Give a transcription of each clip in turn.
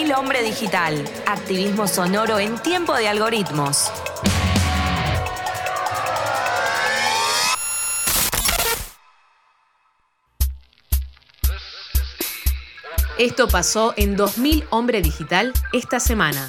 2000 Hombre Digital. Activismo sonoro en tiempo de algoritmos. Esto pasó en 2000 Hombre Digital esta semana.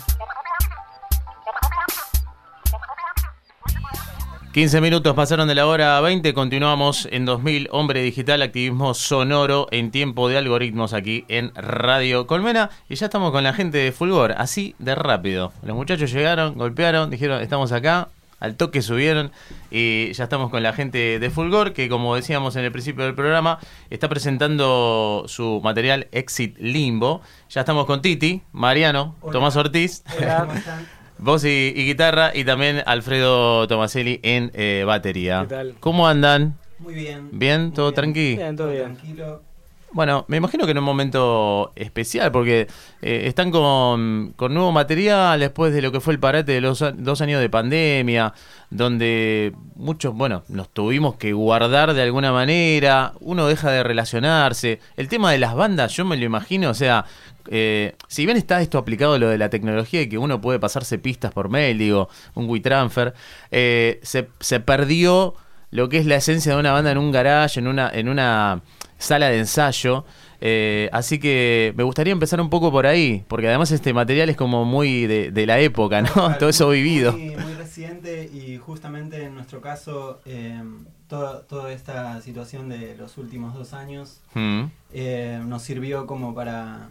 15 minutos pasaron de la hora 20, continuamos en 2000 Hombre Digital, activismo sonoro en tiempo de algoritmos aquí en Radio Colmena. Y ya estamos con la gente de Fulgor, así de rápido. Los muchachos llegaron, golpearon, dijeron estamos acá, al toque subieron y ya estamos con la gente de Fulgor, que como decíamos en el principio del programa, está presentando su material Exit Limbo. Ya estamos con Titi, Mariano, hola. Tomás Ortiz. Hola, ¿cómo están? Voz y guitarra, y también Alfredo Tomaselli en batería. ¿Qué tal? ¿Cómo andan? Muy bien. ¿Bien? ¿Todo tranqui? Bien, todo bien. Tranquilo. Bueno, me imagino que en un momento especial, porque están con nuevo material después de lo que fue el parate de los 2 años de pandemia, donde muchos, nos tuvimos que guardar de alguna manera, uno deja de relacionarse. El tema de las bandas, yo me lo imagino, o sea, si bien está esto aplicado lo de la tecnología y que uno puede pasarse pistas por mail, digo, un WeTransfer, se perdió lo que es la esencia de una banda en un garage, en una sala de ensayo. Así que me gustaría empezar un poco por ahí, porque además este material es como muy de la época, ¿no? Claro, todo eso vivido. Muy reciente, y justamente en nuestro caso, toda esta situación de los últimos 2 años nos sirvió como para,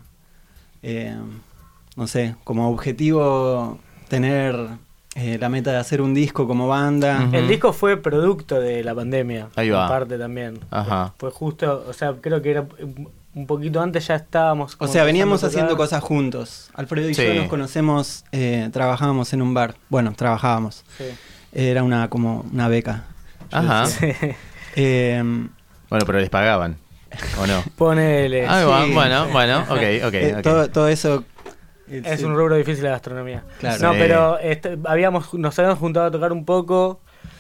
como objetivo tener la meta de hacer un disco como banda. Uh-huh. El disco fue producto de la pandemia. Ahí va. En parte también. Ajá. Fue justo, creo que era un poquito antes, ya estábamos. Veníamos haciendo cosas juntos. Alfredo y yo nos conocemos, trabajábamos en un bar. Bueno, trabajábamos. Sí. Era como una beca. Ajá. Sí. Pero les pagaban, ¿o no? Ponele. Sí. Bueno, ok. Todo eso. Es un rubro difícil la gastronomía. Claro. No, pero nos habíamos juntado a tocar un poco,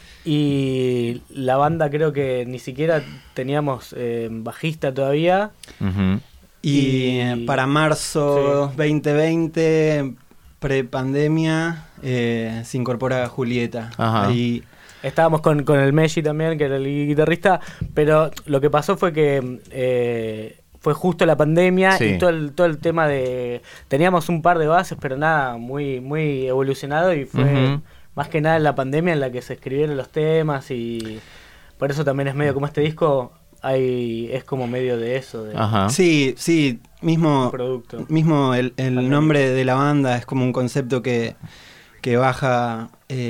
y la banda creo que ni siquiera teníamos bajista todavía. Uh-huh. Y para marzo 2020, pre-pandemia, se incorpora Julieta. Ajá. Ahí estábamos con el Messi también, que era el guitarrista, pero lo que pasó fue que fue justo la pandemia, sí. Y todo el tema de... Teníamos un par de bases, pero nada, muy, muy evolucionado, y fue más que nada en la pandemia en la que se escribieron los temas, y por eso también es medio como este disco, es como medio de eso. Ajá. Sí, mismo producto. Mismo el nombre de la banda es como un concepto que baja...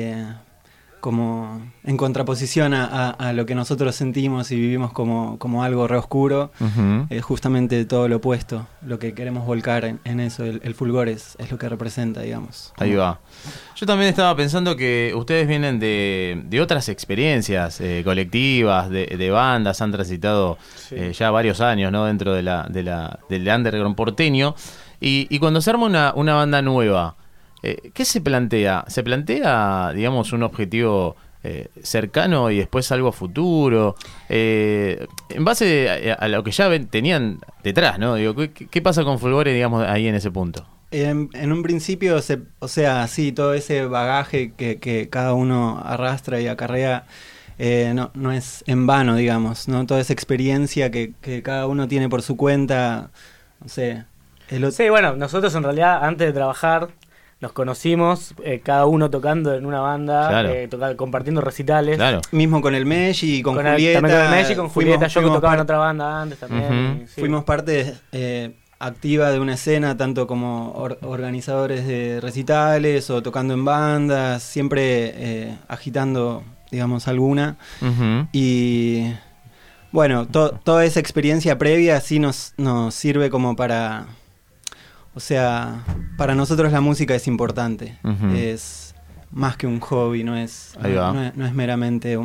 como en contraposición a lo que nosotros sentimos y vivimos como algo re oscuro. Uh-huh. Es justamente todo lo opuesto, lo que queremos volcar en eso. El Fulgor es lo que representa, digamos. Ahí va. Yo también estaba pensando que ustedes vienen de otras experiencias colectivas, de bandas, han transitado ya varios años, ¿no? Dentro del underground porteño, y cuando se arma una banda nueva, ¿qué se plantea? ¿Se plantea, digamos, un objetivo cercano y después algo a futuro? En base a lo que ya tenían detrás, ¿no? Digo, ¿qué pasa con Fulgor, digamos, ahí en ese punto? En un principio, todo ese bagaje que cada uno arrastra y acarrea, no es en vano, digamos, ¿no? Toda esa experiencia que cada uno tiene por su cuenta, no sé. Sí, bueno, nosotros en realidad, antes de trabajar, nos conocimos, cada uno tocando en una banda, claro. Compartiendo recitales. Claro. Mismo con el Messi, con Julieta. También con el Messi, con Julieta, yo que tocaba en otra banda antes también. Uh-huh. Sí. Fuimos parte activa de una escena, tanto como organizadores de recitales o tocando en bandas, siempre agitando, digamos, alguna. Uh-huh. Y bueno, toda esa experiencia previa sí nos sirve como para... O sea, para nosotros la música es importante. Uh-huh. Es más que un hobby, no es meramente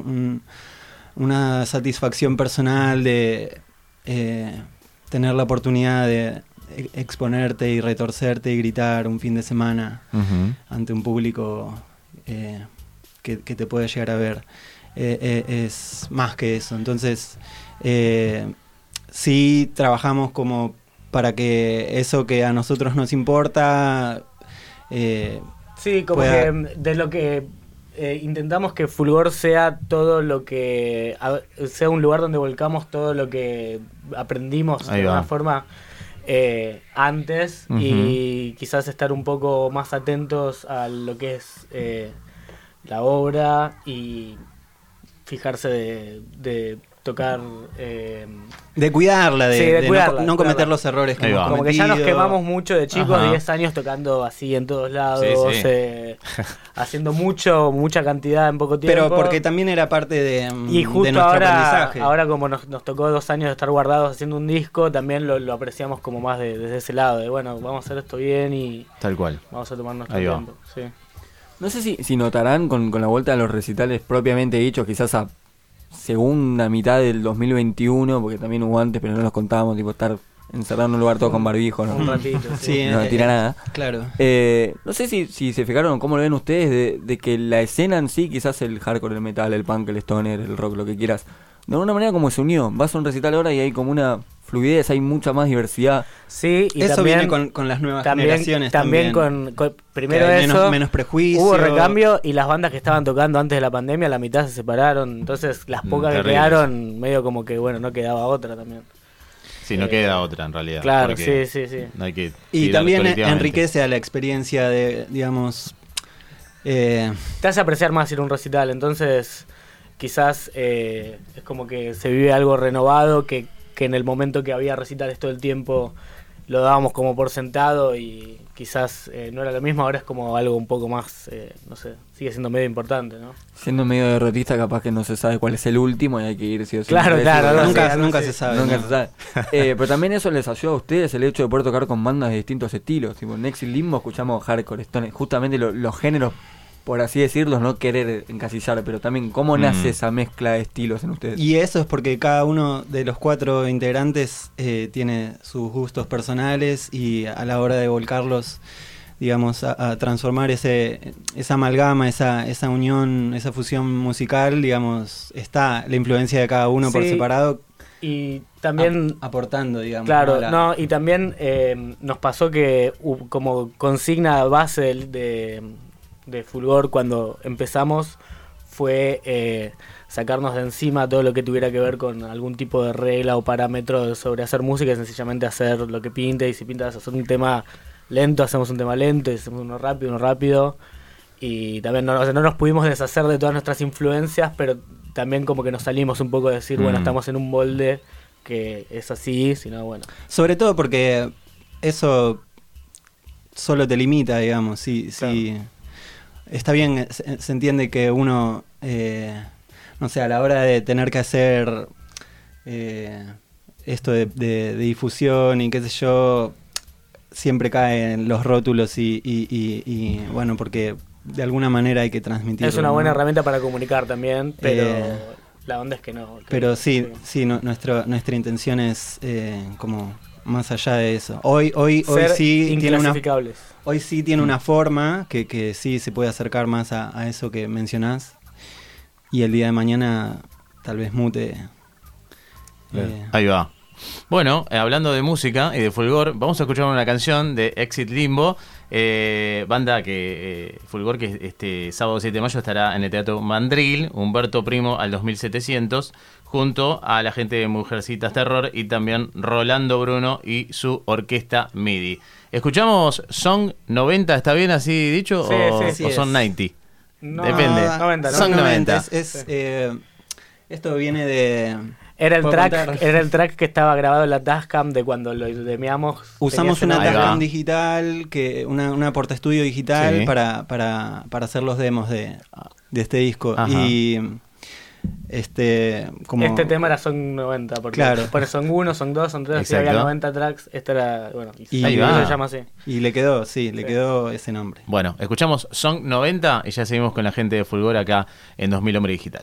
una satisfacción personal de tener la oportunidad de exponerte y retorcerte y gritar un fin de semana ante un público que te puede llegar a ver. Es más que eso. Entonces, sí trabajamos como para que eso que a nosotros nos importa... sí, como que de lo que intentamos que Fulgor sea todo lo que... sea un lugar donde volcamos todo lo que aprendimos de alguna forma antes, y quizás estar un poco más atentos a lo que es la obra y fijarse de tocar... de cuidarla, de cuidarla, no cometer los errores que hemos cometido. Como que ya nos quemamos mucho de chicos, 10 años tocando así en todos lados, haciendo mucha cantidad en poco tiempo. Pero porque también era parte de nuestro aprendizaje. Ahora como nos tocó 2 años de estar guardados haciendo un disco, también lo apreciamos como más desde ese lado, de bueno, vamos a hacer esto bien y... Tal cual. Vamos a tomar nuestro tiempo. Sí. No sé si notarán con la vuelta a los recitales propiamente dichos, quizás a segunda mitad del 2021, porque también hubo antes, pero no los contábamos, tipo estar encerrado en un lugar todo con barbijo, ¿no? Un ratito, sí. No tira nada. Claro. No sé si se fijaron cómo lo ven ustedes de que la escena en sí, quizás el hardcore, el metal, el punk, el stoner, el rock, lo que quieras, de alguna manera como se unió. Vas a un recital ahora y hay como una fluidez, hay mucha más diversidad. Sí, y eso también, viene con las nuevas generaciones también. Con primero eso, menos prejuicio. Hubo recambio y las bandas que estaban tocando antes de la pandemia, la mitad se separaron, entonces las pocas que quedaron, medio como que bueno, no quedaba otra también. Sí, no queda otra en realidad. Claro, sí. No hay que y también enriquece a la experiencia de, digamos... Te hace apreciar más ir a un recital, entonces quizás es como que se vive algo renovado que en el momento que había recitales todo el tiempo lo dábamos como por sentado y quizás no era lo mismo, ahora es como algo un poco más, no sé, sigue siendo medio importante, ¿no? Siendo medio derrotista, capaz que no se sabe cuál es el último y hay que ir sí o sí. Claro, nunca se sabe. Nunca se sabe. Pero también eso les ayudó a ustedes, el hecho de poder tocar con bandas de distintos estilos. Tipo, en Exit Limbo escuchamos hardcore, stoner, justamente los géneros, por así decirlo, no querer encasillar, pero también cómo nace esa mezcla de estilos en ustedes. Y eso es porque cada uno de los 4 integrantes tiene sus gustos personales y a la hora de volcarlos, digamos, a transformar esa amalgama, esa unión, esa fusión musical, digamos, está la influencia de cada uno por separado. Y también aportando, digamos. Claro, y también nos pasó que como consigna base de Fulgor cuando empezamos fue sacarnos de encima todo lo que tuviera que ver con algún tipo de regla o parámetro sobre hacer música y sencillamente hacer lo que pinte, y si pintas hacer un tema lento, hacemos un tema lento, y hacemos uno rápido, y también no nos pudimos deshacer de todas nuestras influencias, pero también como que nos salimos un poco de decir, bueno, estamos en un molde que es así, sino bueno. Sobre todo porque eso solo te limita, digamos, sí. Está bien, se entiende que uno, no sé, a la hora de tener que hacer esto de difusión y qué sé yo, siempre caen los rótulos y bueno, porque de alguna manera hay que transmitir. Es una buena herramienta para comunicar también, pero la onda es que no. Pero sí, nuestra intención es como más allá de eso. Hoy sí tiene una forma que sí se puede acercar más a eso que mencionás, y el día de mañana tal vez mute. Ahí va. Bueno, hablando de música y de Fulgor, vamos a escuchar una canción de Exit Limbo, banda que Fulgor, que este sábado 7 de mayo estará en el Teatro Mandril, Humberto Primo al 2700, junto a la gente de Mujercitas Terror y también Rolando Bruno y su orquesta MIDI. Escuchamos Song 90, ¿está bien así dicho? Sí, ¿O son 90? No, depende. 90, Son 90. Esto viene de... Era el track que estaba grabado en la Tascam de cuando lo demeamos. Usamos una Tascam digital, una portaestudio digital para hacer los demos de este disco. Ajá. Y como este tema era Song 90, porque claro. Después Song 1, Song 2, Song 3, así había 90 tracks. Este era, bueno, y se llama así. Y le quedó, le quedó ese nombre. Bueno, escuchamos Song 90 y ya seguimos con la gente de Fulgor acá en 2000 Hombre Digital.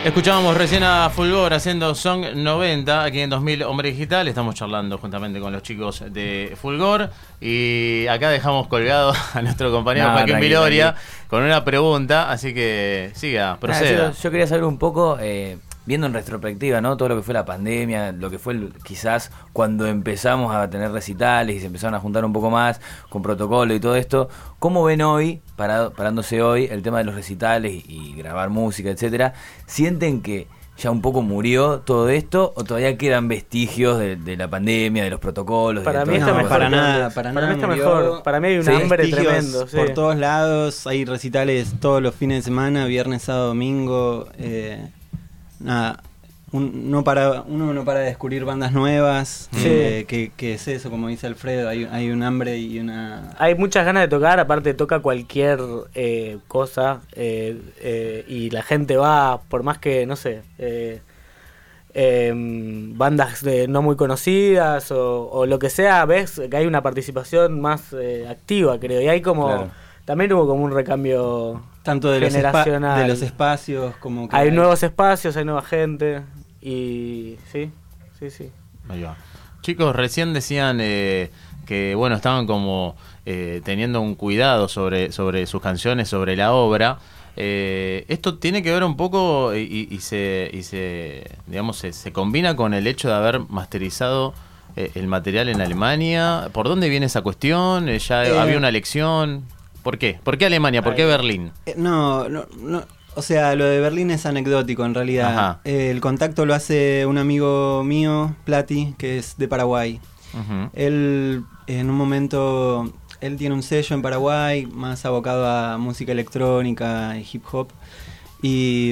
Escuchábamos recién a Fulgor haciendo Song 90 aquí en 2000 Hombre Digital. Estamos charlando juntamente con los chicos de Fulgor y acá dejamos colgado a nuestro compañero Joaquín Viloria con una pregunta, así que siga, proceda. Yo quería saber un poco, viendo en retrospectiva, ¿no? Todo lo que fue la pandemia, lo que fue quizás cuando empezamos a tener recitales y se empezaron a juntar un poco más con protocolo y todo esto. ¿Cómo ven hoy, parándose hoy, el tema de los recitales y grabar música, etcétera? ¿Sienten que ya un poco murió todo esto o todavía quedan vestigios de la pandemia, de los protocolos? Para mí está mejor. Para nada está mejor. Para mí hay un hambre tremendo. Por todos lados, hay recitales todos los fines de semana, viernes, sábado, domingo. Nada, uno no para de descubrir bandas nuevas, que es eso, como dice Alfredo, hay un hambre y una... Hay muchas ganas de tocar, aparte toca cualquier cosa, y la gente va, por más que, no sé, bandas no muy conocidas o lo que sea, ves que hay una participación más activa, creo, y hay como... Claro. También hubo como un recambio tanto de generacional. De los espacios, como que hay nuevos espacios, hay nueva gente y sí. Ahí va. Chicos, recién decían que bueno, estaban como teniendo un cuidado sobre sus canciones, sobre la obra. Esto tiene que ver un poco y se combina con el hecho de haber masterizado el material en Alemania. ¿Por dónde viene esa cuestión? ¿Ya había una elección? ¿Por qué? ¿Por qué Alemania? ¿Por qué Berlín? No. O sea, lo de Berlín es anecdótico en realidad. El contacto lo hace un amigo mío, Plati, que es de Paraguay. Uh-huh. Él, en un momento, él tiene un sello en Paraguay, más abocado a música electrónica y hip hop. Y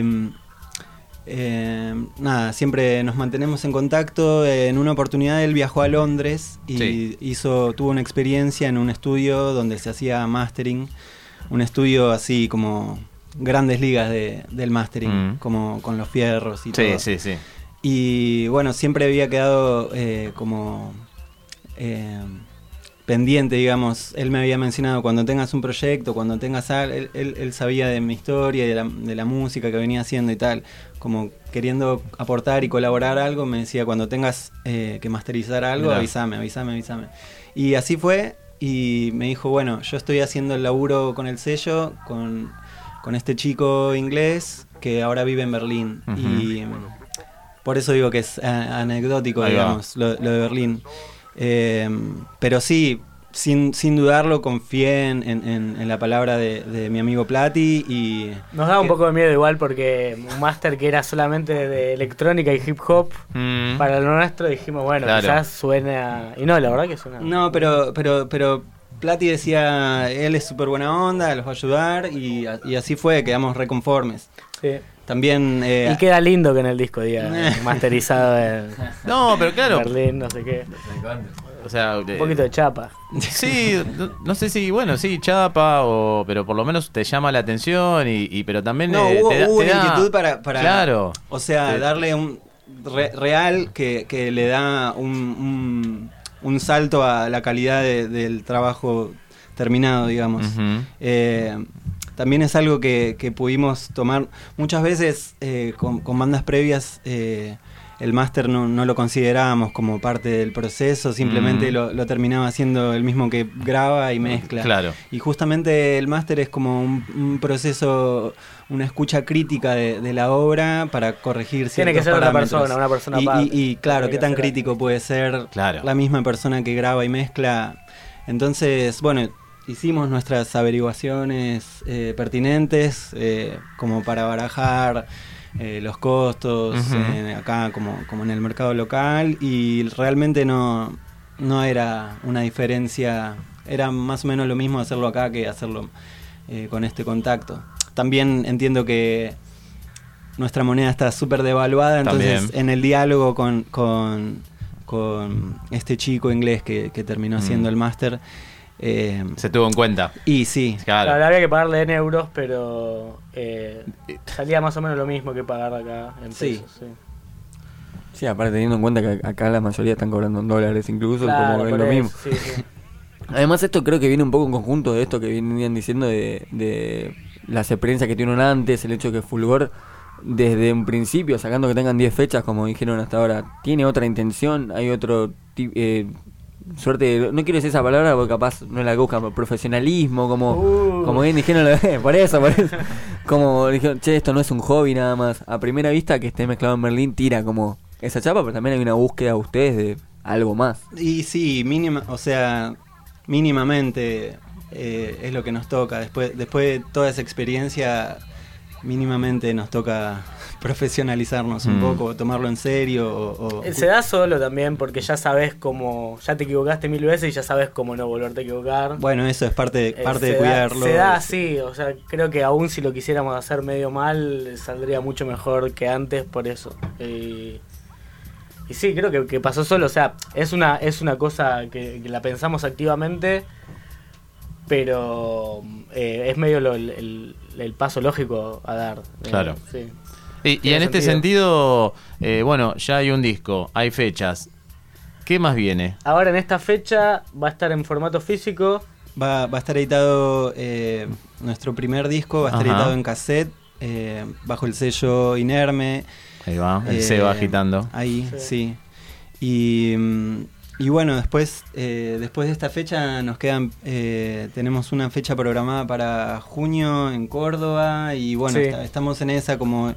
nada, siempre nos mantenemos en contacto. En una oportunidad él viajó a Londres y tuvo una experiencia en un estudio donde se hacía mastering, un estudio así como grandes ligas del mastering, como con los fierros y todo. Sí. Y bueno, siempre había quedado como pendiente, digamos. Él me había mencionado, cuando tengas un proyecto, cuando tengas algo, él sabía de mi historia y de la música que venía haciendo y tal, como queriendo aportar y colaborar algo. Me decía, cuando tengas que masterizar algo, avísame. Y así fue, y me dijo, bueno, yo estoy haciendo el laburo con el sello, con este chico inglés que ahora vive en Berlín. Uh-huh. Y por eso digo que es anecdótico, digamos, lo de Berlín. Pero sí, sin dudarlo, confié en la palabra de mi amigo Plati. Y nos da un poco de miedo igual, porque un máster que era solamente de electrónica y hip hop, para lo nuestro dijimos, bueno, quizás suena... Y no, la verdad que suena... No, pero Plati decía, él es súper buena onda, los va a ayudar, y así fue, quedamos reconformes. Sí. También y queda lindo que en el disco diga masterizado de no, pero claro, Berlín, no sé qué. O sea, un poquito de chapa. Sí, no sé si, bueno, sí, chapa, pero por lo menos te llama la atención y pero también hubo una inquietud para claro. O sea, darle un real que le da un salto a la calidad del trabajo terminado, digamos. Uh-huh. También es algo que pudimos tomar muchas veces con bandas previas. El máster no lo considerábamos como parte del proceso, simplemente lo terminaba haciendo el mismo que graba y mezcla. Claro. Y justamente el máster es como un proceso, una escucha crítica de la obra para corregir ciertos tiene que ser parámetros. una persona aparte. Y claro, qué tan crítico puede ser la misma persona que graba y mezcla. Entonces, bueno, hicimos nuestras averiguaciones pertinentes, como para barajar los costos, uh-huh, acá como en el mercado local, y realmente no era una diferencia, era más o menos lo mismo hacerlo acá que hacerlo con este contacto. También entiendo que nuestra moneda está súper devaluada, entonces también en el diálogo con este chico inglés que terminó haciendo el máster, se tuvo en cuenta. Y sí, claro, había que pagarle en euros, pero salía más o menos lo mismo que pagar acá en pesos. Sí, aparte teniendo en cuenta que acá la mayoría están cobrando en dólares incluso, claro, como es lo mismo. Sí. Además, esto creo que viene un poco en conjunto de esto que venían diciendo de las experiencias que tuvieron antes, el hecho de que Fulgor desde un principio, sacando que tengan 10 fechas, como dijeron hasta ahora, ¿tiene otra intención? ¿Hay otro suerte? No quiero decir esa palabra porque capaz no es la que buscan, profesionalismo, como bien dijeron, por eso. Como dijeron, che, esto no es un hobby nada más. A primera vista, que esté mezclado en Merlín tira como esa chapa, pero también hay una búsqueda de ustedes de algo más. Y sí, mínimamente es lo que nos toca. Después de toda esa experiencia, mínimamente nos toca profesionalizarnos un poco, tomarlo en serio. Se da solo también porque ya sabes cómo, ya te equivocaste 1000 veces y ya sabes cómo no volverte a equivocar. Bueno, eso es parte de cuidarlo. Se da así, o sea, creo que aún si lo quisiéramos hacer medio mal, saldría mucho mejor que antes por eso. Y sí, creo que pasó solo, o sea, es una cosa que la pensamos activamente, pero es medio el paso lógico a dar. Claro. Sí. Y en este sentido, bueno, ya hay un disco, hay fechas. ¿Qué más viene? Ahora en esta fecha va a estar en formato físico. Va a estar editado nuestro primer disco, va a estar editado en cassette, bajo el sello Inerme. Ahí va, el Seba agitando. Ahí, sí. Y bueno, después de esta fecha nos quedan, tenemos una fecha programada para junio en Córdoba y bueno, estamos en esa como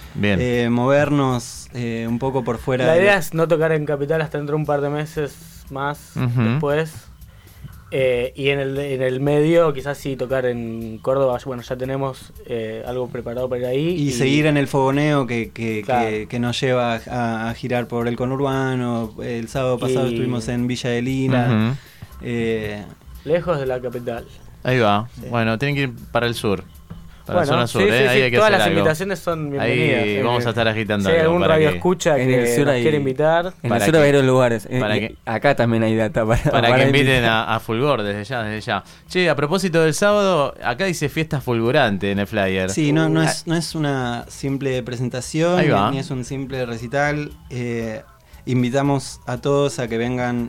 movernos un poco por fuera. La idea es no tocar en Capital hasta dentro de un par de meses más después. Y en el medio quizás sí tocar en Córdoba. Bueno, ya tenemos algo preparado para ir ahí. Y seguir en el fogoneo que nos lleva a girar por el conurbano. El sábado pasado estuvimos en Villa de Lina. Lejos de la capital. Ahí va. Sí. Bueno, tienen que ir para el sur. Para la zona sur, sí, ahí hay que todas hacer las algo. Invitaciones son bienvenidas. Ahí vamos a estar agitando. Si hay algún radio escucha que nos quiere invitar. En el sur hay varios lugares. Acá también hay data para que inviten a Fulgor desde ya. Che, a propósito del sábado, acá dice fiesta fulgurante en el flyer. Sí, no es una simple presentación, ni es un simple recital. Invitamos a todos a que vengan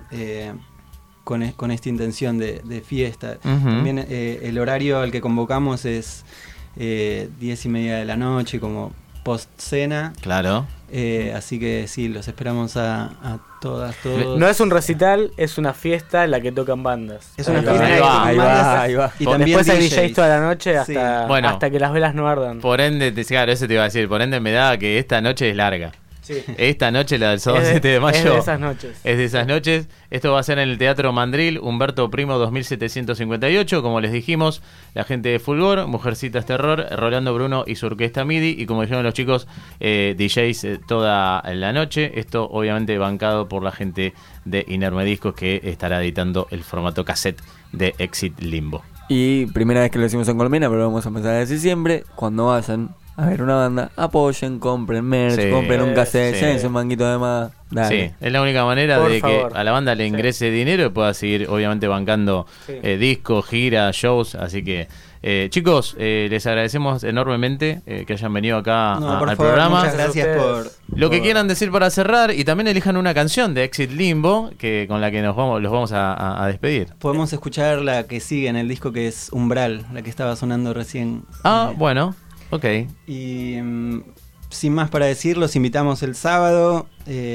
con esta intención de fiesta. También el horario al que convocamos es 10:30 de la noche, como post cena. Claro. Así que sí, los esperamos a todas, todos. No es un recital, es una fiesta en la que tocan bandas. Es una fiesta. Ahí va. Y también después hay DJs toda la noche hasta, bueno, hasta que las velas no ardan. Por ende, claro, eso te iba a decir. Por ende me da que esta noche es larga. Sí. Esta noche, la del sábado 7 de mayo. Es de esas noches. Es de esas noches. Esto va a ser en el Teatro Mandril, Humberto Primo 2758. Como les dijimos, la gente de Fulgor, Mujercitas Terror, Rolando Bruno y su orquesta MIDI. Y como dijeron los chicos, DJs toda la noche. Esto obviamente bancado por la gente de Inerme Discos, que estará editando el formato cassette de Exit Limbo. Y primera vez que lo hicimos en Colmena, pero vamos a empezar a decir siempre, cuando vayan a ver una banda, apoyen, compren merch, compren un cassette, llévense un manguito de más. Dale. Sí, es la única manera de que a la banda le ingrese dinero y pueda seguir obviamente bancando discos, giras, shows. Así que chicos, les agradecemos enormemente que hayan venido acá al programa. Muchas gracias por lo que quieran decir para cerrar, y también elijan una canción de Exit Limbo con la que los vamos a despedir. Podemos escuchar la que sigue en el disco, que es Umbral, la que estaba sonando recién. Bueno. Ok. Y sin más para decir, los invitamos el sábado.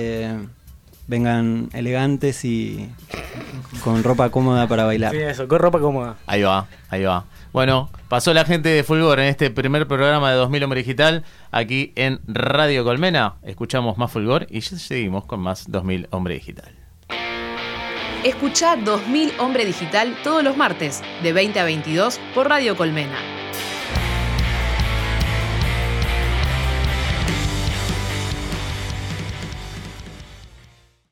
Vengan elegantes y con ropa cómoda para bailar. Sí, eso, con ropa cómoda. Ahí va. Bueno, pasó la gente de Fulgor en este primer programa de 2000 Hombre Digital aquí en Radio Colmena. Escuchamos más Fulgor y ya seguimos con más 2000 Hombre Digital. Escuchá 2000 Hombre Digital todos los martes de 20 a 22 por Radio Colmena.